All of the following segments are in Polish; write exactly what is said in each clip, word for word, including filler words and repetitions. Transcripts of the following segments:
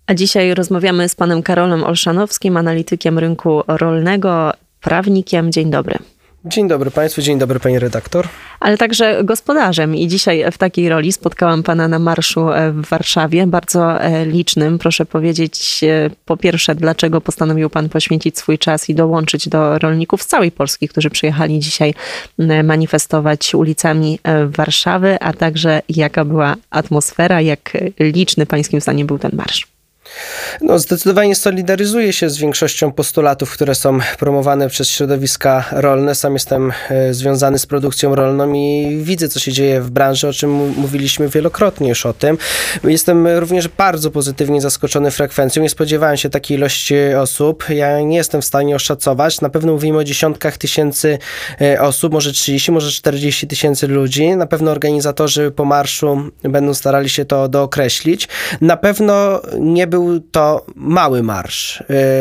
A dzisiaj rozmawiamy z panem Karolem Olszanowskim, analitykiem rynku rolnego, prawnikiem. Dzień dobry. Dzień dobry Państwu, dzień dobry Pani redaktor. Ale także gospodarzem i dzisiaj w takiej roli spotkałam pana na marszu w Warszawie, bardzo licznym. Proszę powiedzieć po pierwsze, dlaczego postanowił pan poświęcić swój czas i dołączyć do rolników z całej Polski, którzy przyjechali dzisiaj manifestować ulicami Warszawy, a także jaka była atmosfera, jak liczny pańskim zdaniem był ten marsz? No, zdecydowanie solidaryzuję się z większością postulatów, które są promowane przez środowiska rolne. Sam jestem e, związany z produkcją rolną i widzę, co się dzieje w branży, o czym mówiliśmy wielokrotnie już o tym. Jestem również bardzo pozytywnie zaskoczony frekwencją. Nie spodziewałem się takiej ilości osób. Ja nie jestem w stanie oszacować. Na pewno mówimy o dziesiątkach tysięcy e, osób, może trzydzieści, może czterdzieści tysięcy ludzi. Na pewno organizatorzy po marszu będą starali się to dookreślić. Na pewno nie był to mały marsz.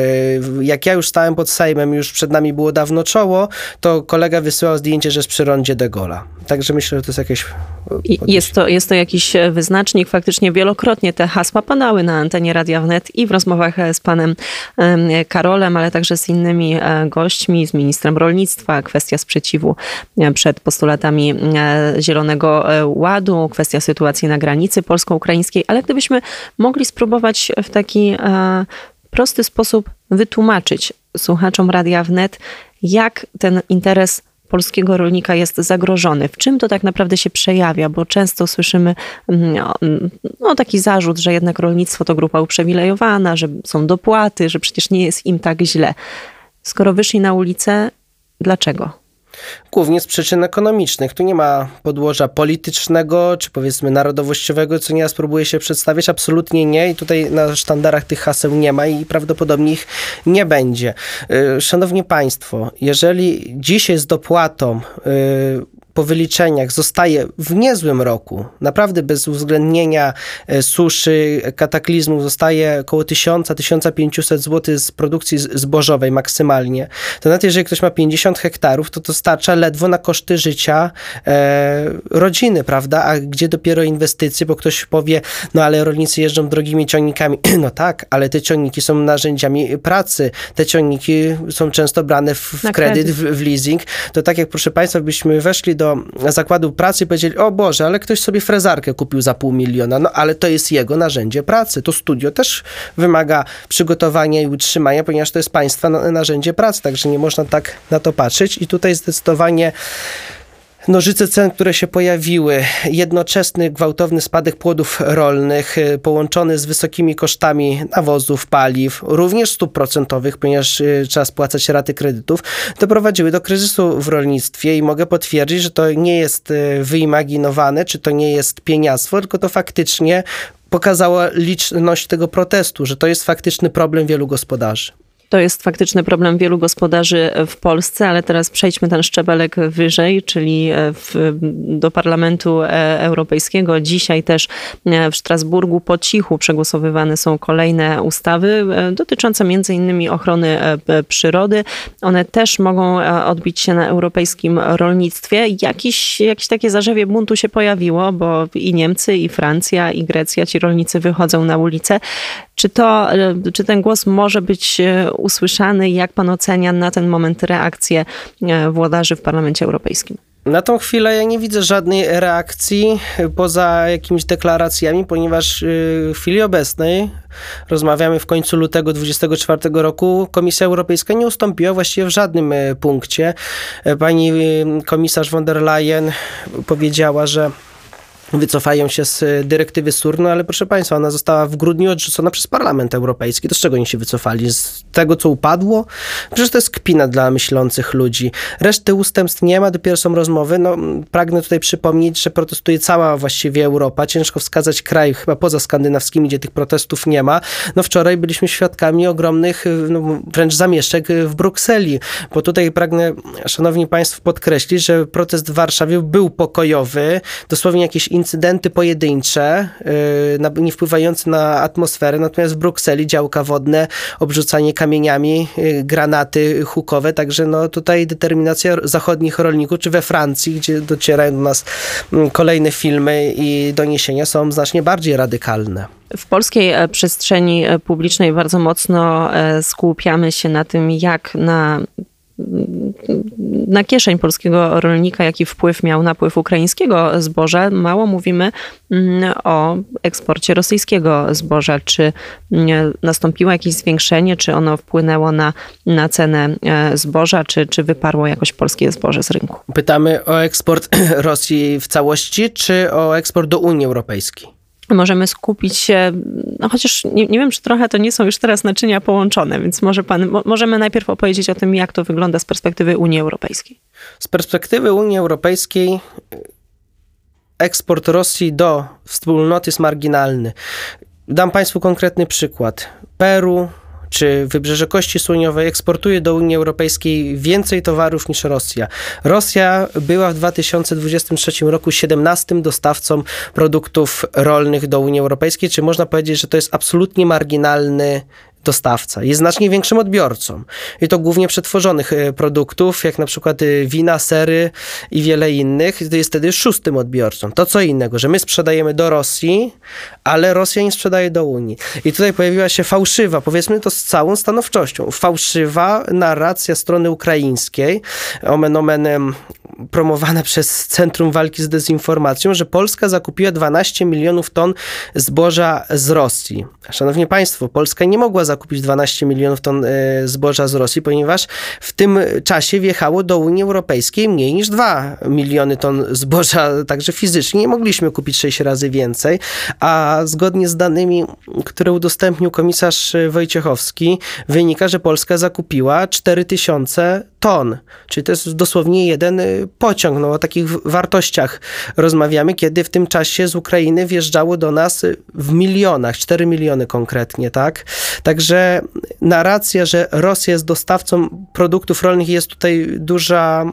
Jak ja już stałem pod Sejmem, już przed nami było dawno czoło, to kolega wysyłał zdjęcie, że jest przy rondzie de Gaulle'a. Także myślę, że to jest jakieś... Jest to, jest to jakiś wyznacznik. Faktycznie wielokrotnie te hasła padały na antenie Radia Wnet i w rozmowach z panem Karolem, ale także z innymi gośćmi, z ministrem rolnictwa. Kwestia sprzeciwu przed postulatami Zielonego Ładu, kwestia sytuacji na granicy polsko-ukraińskiej. Ale gdybyśmy mogli spróbować w taki prosty sposób wytłumaczyć słuchaczom Radia Wnet, jak ten interes polskiego rolnika jest zagrożony. W czym to tak naprawdę się przejawia? Bo często słyszymy no, no, taki zarzut, że jednak rolnictwo to grupa uprzywilejowana, że są dopłaty, że przecież nie jest im tak źle. Skoro wyszli na ulicę, dlaczego? Głównie z przyczyn ekonomicznych. Tu nie ma podłoża politycznego, czy powiedzmy narodowościowego, co nieraz próbuje się przedstawiać. Absolutnie nie. I tutaj na sztandarach tych haseł nie ma i prawdopodobnie ich nie będzie. Szanowni Państwo, jeżeli dzisiaj z dopłatą yy, po wyliczeniach zostaje w niezłym roku, naprawdę bez uwzględnienia suszy, kataklizmu, zostaje około tysiąc do tysiąca pięciuset złotych z produkcji zbożowej maksymalnie, to nawet jeżeli ktoś ma pięćdziesiąt hektarów, to to starcza ledwo na koszty życia e, rodziny, prawda? A gdzie dopiero inwestycje, bo ktoś powie, no ale rolnicy jeżdżą drogimi ciągnikami. No tak, ale te ciągniki są narzędziami pracy. Te ciągniki są często brane w, w kredyt, w, w leasing. To tak jak, proszę Państwa, byśmy weszli do do zakładu pracy i powiedzieli, o Boże, ale ktoś sobie frezarkę kupił za pół miliona, no ale to jest jego narzędzie pracy. To studio też wymaga przygotowania i utrzymania, ponieważ to jest państwa narzędzie pracy, także nie można tak na to patrzeć i tutaj zdecydowanie nożyce cen, które się pojawiły, jednoczesny gwałtowny spadek płodów rolnych połączony z wysokimi kosztami nawozów, paliw, również stóp procentowych, ponieważ trzeba spłacać raty kredytów, doprowadziły do kryzysu w rolnictwie i mogę potwierdzić, że to nie jest wyimaginowane, czy to nie jest pieniactwo, tylko to faktycznie pokazała liczność tego protestu, że to jest faktyczny problem wielu gospodarzy. To jest faktyczny problem wielu gospodarzy w Polsce, ale teraz przejdźmy ten szczebelek wyżej, czyli w, do Parlamentu Europejskiego. Dzisiaj też w Strasburgu po cichu przegłosowywane są kolejne ustawy dotyczące między innymi ochrony przyrody. One też mogą odbić się na europejskim rolnictwie. Jakiś, jakieś takie zarzewie buntu się pojawiło, bo i Niemcy, i Francja, i Grecja, ci rolnicy wychodzą na ulicę. Czy, to, czy ten głos może być usłyszany? Jak pan ocenia na ten moment reakcję włodarzy w Parlamencie Europejskim? Na tą chwilę ja nie widzę żadnej reakcji poza jakimiś deklaracjami, ponieważ w chwili obecnej, rozmawiamy w końcu lutego dwudziestego czwartego roku, Komisja Europejska nie ustąpiła właściwie w żadnym punkcie. Pani komisarz von der Leyen powiedziała, że wycofają się z dyrektywy S U R, no ale proszę Państwa, ona została w grudniu odrzucona przez Parlament Europejski. To z czego oni się wycofali? Z tego, co upadło? Przecież to jest kpina dla myślących ludzi. Reszty ustępstw nie ma, dopiero są rozmowy. No, pragnę tutaj przypomnieć, że protestuje cała właściwie Europa. Ciężko wskazać kraj, chyba poza skandynawskimi, gdzie tych protestów nie ma. No wczoraj byliśmy świadkami ogromnych, no, wręcz zamieszek w Brukseli, bo tutaj pragnę, szanowni Państwo, podkreślić, że protest w Warszawie był pokojowy, dosłownie jakieś incydenty pojedyncze, nie wpływające na atmosferę, natomiast w Brukseli działka wodne, obrzucanie kamieniami, granaty hukowe, także no tutaj determinacja zachodnich rolników, czy we Francji, gdzie docierają do nas kolejne filmy i doniesienia, są znacznie bardziej radykalne. W polskiej przestrzeni publicznej bardzo mocno skupiamy się na tym, jak na na kieszeń polskiego rolnika, jaki wpływ miał napływ ukraińskiego zboża. Mało mówimy o eksporcie rosyjskiego zboża. Czy nastąpiło jakieś zwiększenie, czy ono wpłynęło na, na cenę zboża, czy, czy wyparło jakoś polskie zboże z rynku? Pytamy o eksport Rosji w całości, czy o eksport do Unii Europejskiej? Możemy skupić się, no chociaż nie, nie wiem, czy trochę to nie są już teraz naczynia połączone, więc może pan, mo, możemy najpierw opowiedzieć o tym, jak to wygląda z perspektywy Unii Europejskiej. Z perspektywy Unii Europejskiej eksport Rosji do wspólnoty jest marginalny. Dam państwu konkretny przykład. Peru czy Wybrzeże Kości Słoniowej eksportuje do Unii Europejskiej więcej towarów niż Rosja. Rosja była w dwa tysiące dwudziestym trzecim roku siedemnastym dostawcą produktów rolnych do Unii Europejskiej, czy można powiedzieć, że to jest absolutnie marginalny dostawca. Jest znacznie większym odbiorcą. I to głównie przetworzonych produktów, jak na przykład wina, sery i wiele innych. To jest wtedy szóstym odbiorcą. To co innego, że my sprzedajemy do Rosji, ale Rosja nie sprzedaje do Unii. I tutaj pojawiła się fałszywa, powiedzmy to z całą stanowczością, fałszywa narracja strony ukraińskiej, omen omenem promowana przez Centrum Walki z Dezinformacją, że Polska zakupiła dwanaście milionów ton zboża z Rosji. Szanowni Państwo, Polska nie mogła zakupić dwanaście milionów ton zboża z Rosji, ponieważ w tym czasie wjechało do Unii Europejskiej mniej niż dwa miliony ton zboża, także fizycznie nie mogliśmy kupić sześć razy więcej, a zgodnie z danymi, które udostępnił komisarz Wojciechowski, wynika, że Polska zakupiła cztery tysiące ton, czyli to jest dosłownie jeden pociąg. No, o takich wartościach rozmawiamy, kiedy w tym czasie z Ukrainy wjeżdżało do nas w milionach, cztery miliony konkretnie, tak? Także narracja, że Rosja jest dostawcą produktów rolnych, jest tutaj duża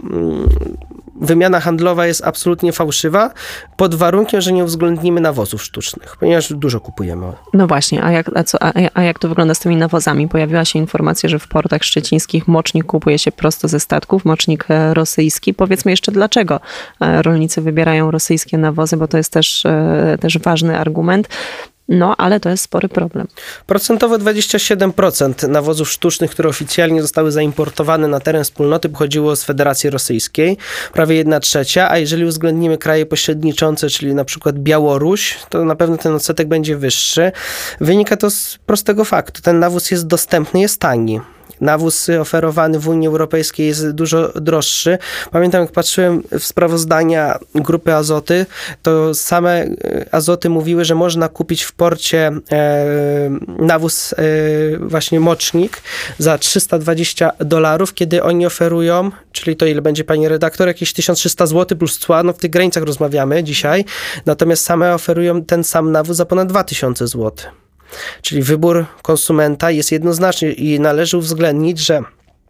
wymiana handlowa, jest absolutnie fałszywa, pod warunkiem, że nie uwzględnimy nawozów sztucznych, ponieważ dużo kupujemy. No właśnie, a jak, a, co, a, a jak to wygląda z tymi nawozami? Pojawiła się informacja, że w portach szczecińskich mocznik kupuje się prosto ze statków, mocznik rosyjski. Powiedzmy jeszcze, dlaczego rolnicy wybierają rosyjskie nawozy, bo to jest też, też ważny argument. No, ale to jest spory problem. Procentowo dwadzieścia siedem procent nawozów sztucznych, które oficjalnie zostały zaimportowane na teren wspólnoty, pochodziło z Federacji Rosyjskiej, prawie jedna trzecia, a jeżeli uwzględnimy kraje pośredniczące, czyli na przykład Białoruś, to na pewno ten odsetek będzie wyższy. Wynika to z prostego faktu. Ten nawóz jest dostępny, jest tani. Nawóz oferowany w Unii Europejskiej jest dużo droższy. Pamiętam, jak patrzyłem w sprawozdania Grupy Azoty, to same Azoty mówiły, że można kupić w porcie e, nawóz, e, właśnie mocznik za trzysta dwadzieścia dolarów, kiedy oni oferują, czyli to ile będzie, pani redaktor, jakieś tysiąc trzysta złotych plus cła, no w tych granicach rozmawiamy dzisiaj, natomiast same oferują ten sam nawóz za ponad dwa tysiące złotych. Czyli wybór konsumenta jest jednoznaczny i należy uwzględnić, że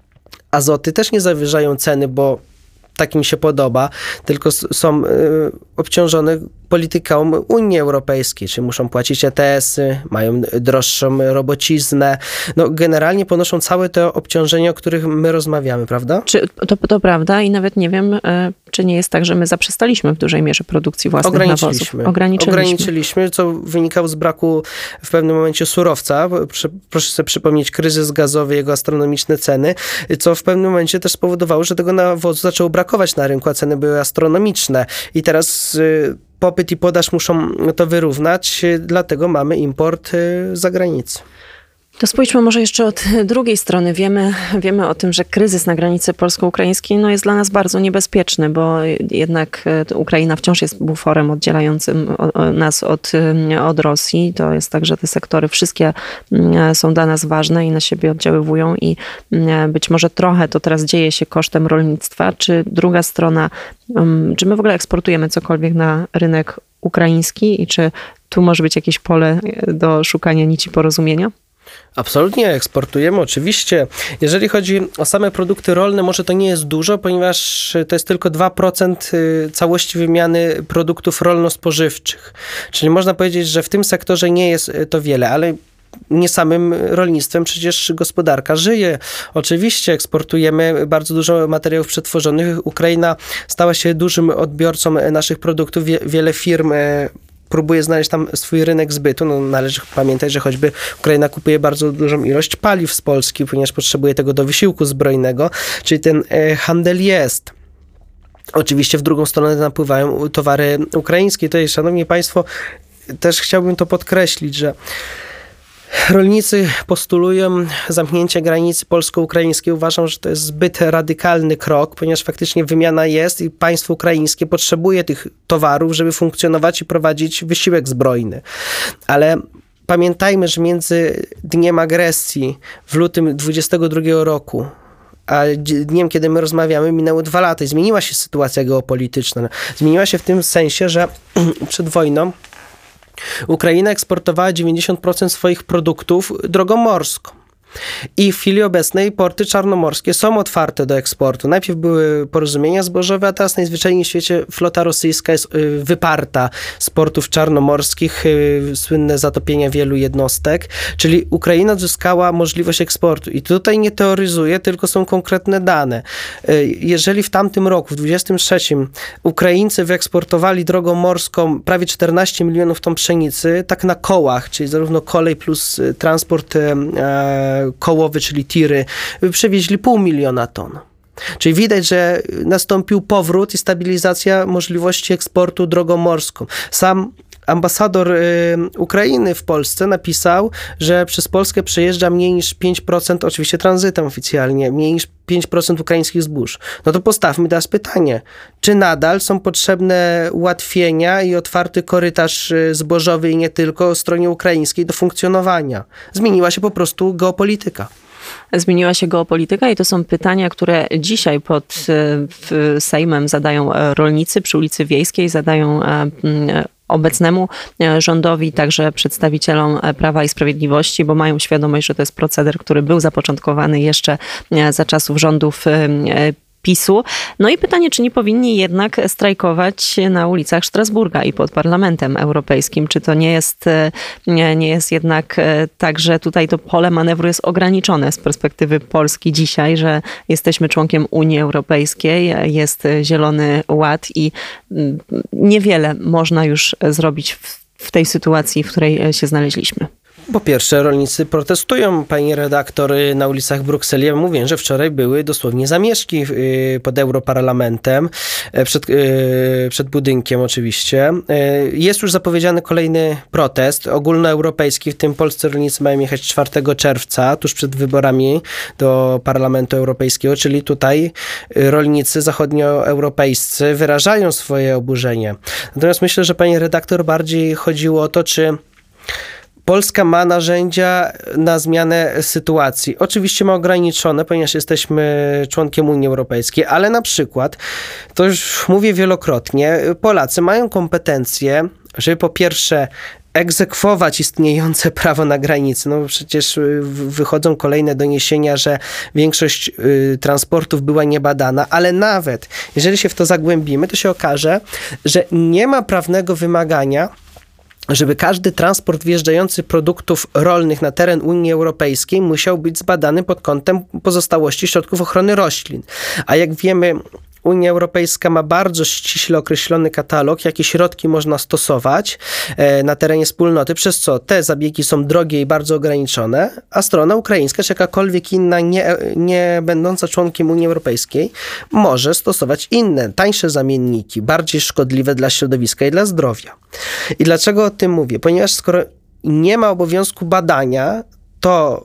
Azoty też nie zawyżają ceny, bo tak im się podoba, tylko są y, obciążone polityką Unii Europejskiej, czyli muszą płacić E T S-y, mają droższą robociznę. No, generalnie ponoszą całe te obciążenia, o których my rozmawiamy, prawda? Czy, to, to prawda i nawet nie wiem, czy nie jest tak, że my zaprzestaliśmy w dużej mierze produkcji własnych Ograniczyliśmy. nawozów. Ograniczyliśmy. Ograniczyliśmy, co wynikało z braku w pewnym momencie surowca. Proszę sobie przypomnieć kryzys gazowy, jego astronomiczne ceny, co w pewnym momencie też spowodowało, że tego nawozu zaczęło brakować na rynku, a ceny były astronomiczne. I teraz y, popyt i podaż muszą to wyrównać, dlatego mamy import z zagranicy. To spójrzmy może jeszcze od drugiej strony. Wiemy, wiemy o tym, że kryzys na granicy polsko-ukraińskiej no jest dla nas bardzo niebezpieczny, bo jednak Ukraina wciąż jest buforem oddzielającym nas od, od Rosji. To jest tak, że te sektory wszystkie są dla nas ważne i na siebie oddziaływują i być może trochę to teraz dzieje się kosztem rolnictwa. Czy druga strona, czy my w ogóle eksportujemy cokolwiek na rynek ukraiński i czy tu może być jakieś pole do szukania nici porozumienia? Absolutnie, eksportujemy oczywiście. Jeżeli chodzi o same produkty rolne, może to nie jest dużo, ponieważ to jest tylko dwa procent całości wymiany produktów rolno-spożywczych. Czyli można powiedzieć, że w tym sektorze nie jest to wiele, ale nie samym rolnictwem przecież gospodarka żyje. Oczywiście eksportujemy bardzo dużo materiałów przetworzonych. Ukraina stała się dużym odbiorcą naszych produktów. Wiele firm próbuje znaleźć tam swój rynek zbytu. No, należy pamiętać, że choćby Ukraina kupuje bardzo dużą ilość paliw z Polski, ponieważ potrzebuje tego do wysiłku zbrojnego, czyli ten e, handel jest. Oczywiście w drugą stronę napływają towary ukraińskie. Tutaj, szanowni państwo, też chciałbym to podkreślić, że rolnicy postulują zamknięcie granicy polsko-ukraińskiej. Uważam, że to jest zbyt radykalny krok, ponieważ faktycznie wymiana jest i państwo ukraińskie potrzebuje tych towarów, żeby funkcjonować i prowadzić wysiłek zbrojny. Ale pamiętajmy, że między dniem agresji w lutym dwudziestego drugiego roku a dniem, kiedy my rozmawiamy, minęły dwa lata i zmieniła się sytuacja geopolityczna. Zmieniła się w tym sensie, że przed wojną Ukraina eksportowała dziewięćdziesiąt procent swoich produktów drogą morską. I w chwili obecnej porty czarnomorskie są otwarte do eksportu. Najpierw były porozumienia zbożowe, a teraz najzwyczajniej w świecie flota rosyjska jest wyparta z portów czarnomorskich, słynne zatopienia wielu jednostek, czyli Ukraina zyskała możliwość eksportu. I tutaj nie teoryzuję, tylko są konkretne dane. Jeżeli w tamtym roku, w dwudziestym trzecim, Ukraińcy wyeksportowali drogą morską prawie czternaście milionów ton pszenicy, tak na kołach, czyli zarówno kolej plus transport e, kołowy, czyli tiry, przewieźli pół miliona ton. Czyli widać, że nastąpił powrót i stabilizacja możliwości eksportu drogą morską. Sam ambasador y, Ukrainy w Polsce napisał, że przez Polskę przejeżdża mniej niż pięć procent, oczywiście tranzytem oficjalnie, mniej niż pięć procent ukraińskich zbóż. No to postawmy teraz pytanie, czy nadal są potrzebne ułatwienia i otwarty korytarz zbożowy i nie tylko o stronie ukraińskiej do funkcjonowania? Zmieniła się po prostu geopolityka. Zmieniła się geopolityka i to są pytania, które dzisiaj pod Sejmem zadają rolnicy przy ulicy Wiejskiej, zadają obecnemu rządowi, także przedstawicielom Prawa i Sprawiedliwości, bo mają świadomość, że to jest proceder, który był zapoczątkowany jeszcze za czasów rządów PiSu. No i pytanie, czy nie powinni jednak strajkować na ulicach Strasburga i pod Parlamentem Europejskim? Czy to nie jest, nie, nie jest jednak tak, że tutaj to pole manewru jest ograniczone z perspektywy Polski dzisiaj, że jesteśmy członkiem Unii Europejskiej, jest Zielony Ład i niewiele można już zrobić w, w tej sytuacji, w której się znaleźliśmy? Po pierwsze, rolnicy protestują, pani redaktor, na ulicach Brukseli. Ja mówię, że wczoraj były dosłownie zamieszki pod Europarlamentem, przed, przed budynkiem oczywiście. Jest już zapowiedziany kolejny protest ogólnoeuropejski, w tym polscy rolnicy mają jechać czwartego czerwca, tuż przed wyborami do Parlamentu Europejskiego, czyli tutaj rolnicy zachodnioeuropejscy wyrażają swoje oburzenie. Natomiast myślę, że pani redaktor bardziej chodziło o to, czy Polska ma narzędzia na zmianę sytuacji. Oczywiście ma ograniczone, ponieważ jesteśmy członkiem Unii Europejskiej, ale na przykład, to już mówię wielokrotnie, Polacy mają kompetencje, żeby po pierwsze egzekwować istniejące prawo na granicy. No przecież wychodzą kolejne doniesienia, że większość y, transportów była niebadana, ale nawet jeżeli się w to zagłębimy, to się okaże, że nie ma prawnego wymagania, żeby każdy transport wjeżdżający produktów rolnych na teren Unii Europejskiej musiał być zbadany pod kątem pozostałości środków ochrony roślin. A jak wiemy, Unia Europejska ma bardzo ściśle określony katalog, jakie środki można stosować na terenie wspólnoty, przez co te zabiegi są drogie i bardzo ograniczone, a strona ukraińska, czy jakakolwiek inna, nie, nie będąca członkiem Unii Europejskiej, może stosować inne, tańsze zamienniki, bardziej szkodliwe dla środowiska i dla zdrowia. I dlaczego o tym mówię? Ponieważ skoro nie ma obowiązku badania, to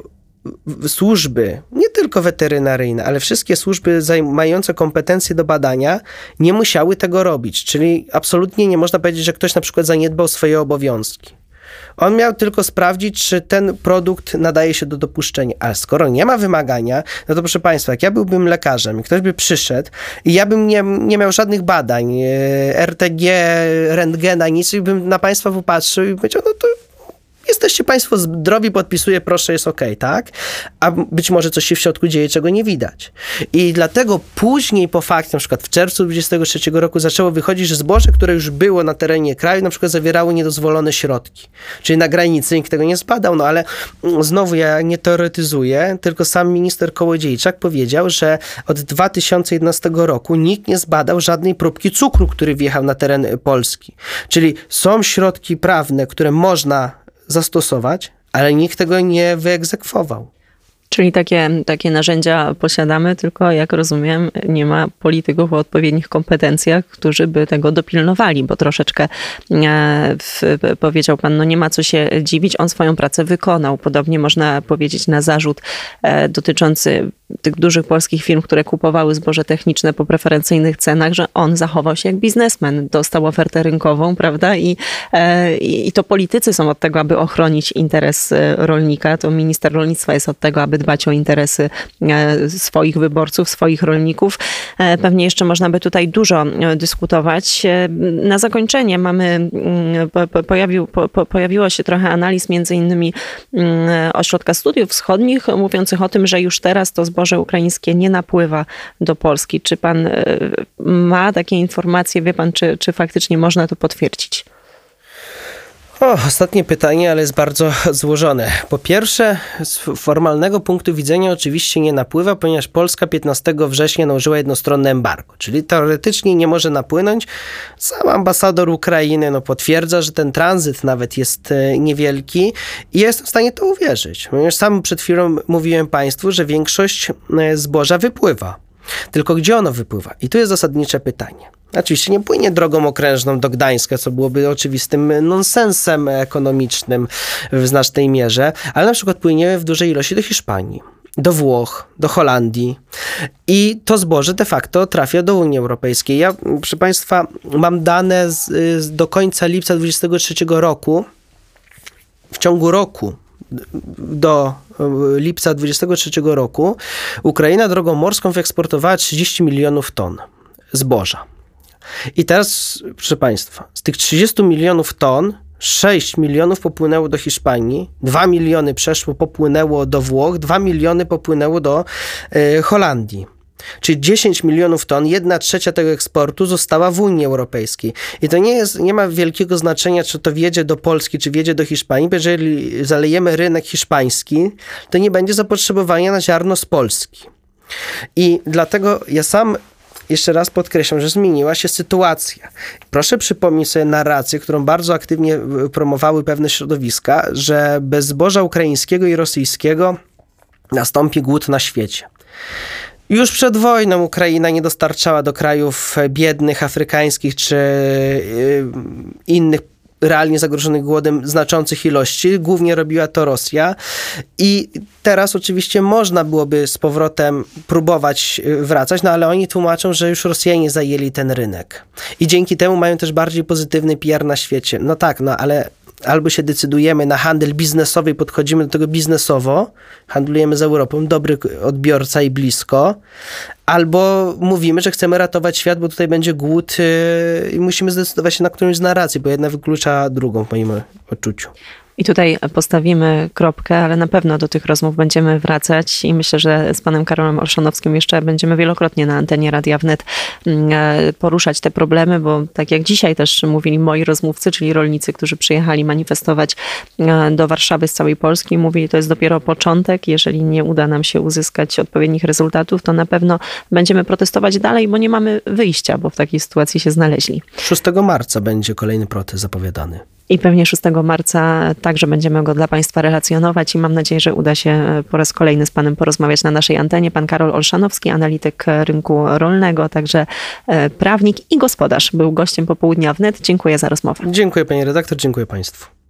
służby, nie tylko weterynaryjne, ale wszystkie służby mające kompetencje do badania nie musiały tego robić. Czyli absolutnie nie można powiedzieć, że ktoś na przykład zaniedbał swoje obowiązki. On miał tylko sprawdzić, czy ten produkt nadaje się do dopuszczenia. Ale skoro nie ma wymagania, no to proszę państwa, jak ja byłbym lekarzem i ktoś by przyszedł i ja bym nie, nie miał żadnych badań, R T G, rentgena, nic, i bym na państwa popatrzył i powiedział, no to jesteście państwo zdrowi, podpisuję, proszę, jest okej, okay, tak? A być może coś się w środku dzieje, czego nie widać. I dlatego później po fakcie, na przykład w czerwcu dwudziestego trzeciego roku zaczęło wychodzić, że zboże, które już było na terenie kraju, na przykład zawierało niedozwolone środki. Czyli na granicy nikt tego nie zbadał, no ale znowu ja nie teoretyzuję, tylko sam minister Kołodziejczak powiedział, że od dwa tysiące jedenastego roku nikt nie zbadał żadnej próbki cukru, który wjechał na teren Polski. Czyli są środki prawne, które można zastosować, ale nikt tego nie wyegzekwował. Czyli takie, takie narzędzia posiadamy, tylko jak rozumiem, nie ma polityków o odpowiednich kompetencjach, którzy by tego dopilnowali, bo troszeczkę e, w, powiedział pan, no nie ma co się dziwić, on swoją pracę wykonał. Podobnie można powiedzieć na zarzut e, dotyczący tych dużych polskich firm, które kupowały zboże techniczne po preferencyjnych cenach, że on zachował się jak biznesmen, dostał ofertę rynkową, prawda? I, e, i to politycy są od tego, aby ochronić interes rolnika, to minister rolnictwa jest od tego, aby dbać o interesy swoich wyborców, swoich rolników. Pewnie jeszcze można by tutaj dużo dyskutować. Na zakończenie mamy, pojawił, po, pojawiło się trochę analiz między innymi Ośrodka Studiów Wschodnich, mówiących o tym, że już teraz to zboże ukraińskie nie napływa do Polski. Czy pan ma takie informacje? Wie pan, czy, czy faktycznie można to potwierdzić? O, ostatnie pytanie, ale jest bardzo złożone. Po pierwsze, z formalnego punktu widzenia oczywiście nie napływa, ponieważ Polska piętnastego września nałożyła jednostronne embargo, czyli teoretycznie nie może napłynąć. Sam ambasador Ukrainy no, potwierdza, że ten tranzyt nawet jest niewielki i ja jestem w stanie to uwierzyć, ponieważ sam przed chwilą mówiłem państwu, że większość zboża wypływa. Tylko gdzie ono wypływa? I tu jest zasadnicze pytanie. Oczywiście nie płynie drogą okrężną do Gdańska, co byłoby oczywistym nonsensem ekonomicznym w znacznej mierze, ale na przykład płynie w dużej ilości do Hiszpanii, do Włoch, do Holandii i to zboże de facto trafia do Unii Europejskiej. Ja, proszę państwa, mam dane z, z do końca lipca dwudziestego trzeciego roku. W ciągu roku do lipca dwudziestego trzeciego roku Ukraina drogą morską wyeksportowała trzydzieści milionów ton zboża. I teraz, proszę państwa, z tych trzydziestu milionów ton sześć milionów popłynęło do Hiszpanii, dwa miliony przeszło, popłynęło do Włoch, dwa miliony popłynęło do y, Holandii. Czyli dziesięć milionów ton, jedna trzecia tego eksportu została w Unii Europejskiej. I to nie jest, nie ma wielkiego znaczenia, czy to wjedzie do Polski, czy wjedzie do Hiszpanii, bo jeżeli zalejemy rynek hiszpański, to nie będzie zapotrzebowania na ziarno z Polski. I dlatego ja sam jeszcze raz podkreślam, że zmieniła się sytuacja. Proszę przypomnieć sobie narrację, którą bardzo aktywnie promowały pewne środowiska, że bez zboża ukraińskiego i rosyjskiego nastąpi głód na świecie. Już przed wojną Ukraina nie dostarczała do krajów biednych, afrykańskich czy innych realnie zagrożonych głodem znaczących ilości. Głównie robiła to Rosja i teraz oczywiście można byłoby z powrotem próbować wracać, no ale oni tłumaczą, że już Rosjanie zajęli ten rynek i dzięki temu mają też bardziej pozytywny P R na świecie. No tak, no ale albo się decydujemy na handel biznesowy i podchodzimy do tego biznesowo, handlujemy z Europą, dobry odbiorca i blisko, albo mówimy, że chcemy ratować świat, bo tutaj będzie głód yy, i musimy zdecydować się na którąś z narracji, bo jedna wyklucza drugą w moim odczuciu. I tutaj postawimy kropkę, ale na pewno do tych rozmów będziemy wracać i myślę, że z panem Karolem Olszanowskim jeszcze będziemy wielokrotnie na antenie Radia Wnet poruszać te problemy, bo tak jak dzisiaj też mówili moi rozmówcy, czyli rolnicy, którzy przyjechali manifestować do Warszawy z całej Polski, mówili, to jest dopiero początek. Jeżeli nie uda nam się uzyskać odpowiednich rezultatów, to na pewno będziemy protestować dalej, bo nie mamy wyjścia, bo w takiej sytuacji się znaleźli. szóstego marca będzie kolejny protest zapowiadany. I pewnie szóstego marca także będziemy go dla państwa relacjonować i mam nadzieję, że uda się po raz kolejny z panem porozmawiać na naszej antenie. Pan Karol Olszanowski, analityk rynku rolnego, także prawnik i gospodarz, był gościem Popołudnia Wnet. Dziękuję za rozmowę. Dziękuję pani redaktor, dziękuję państwu.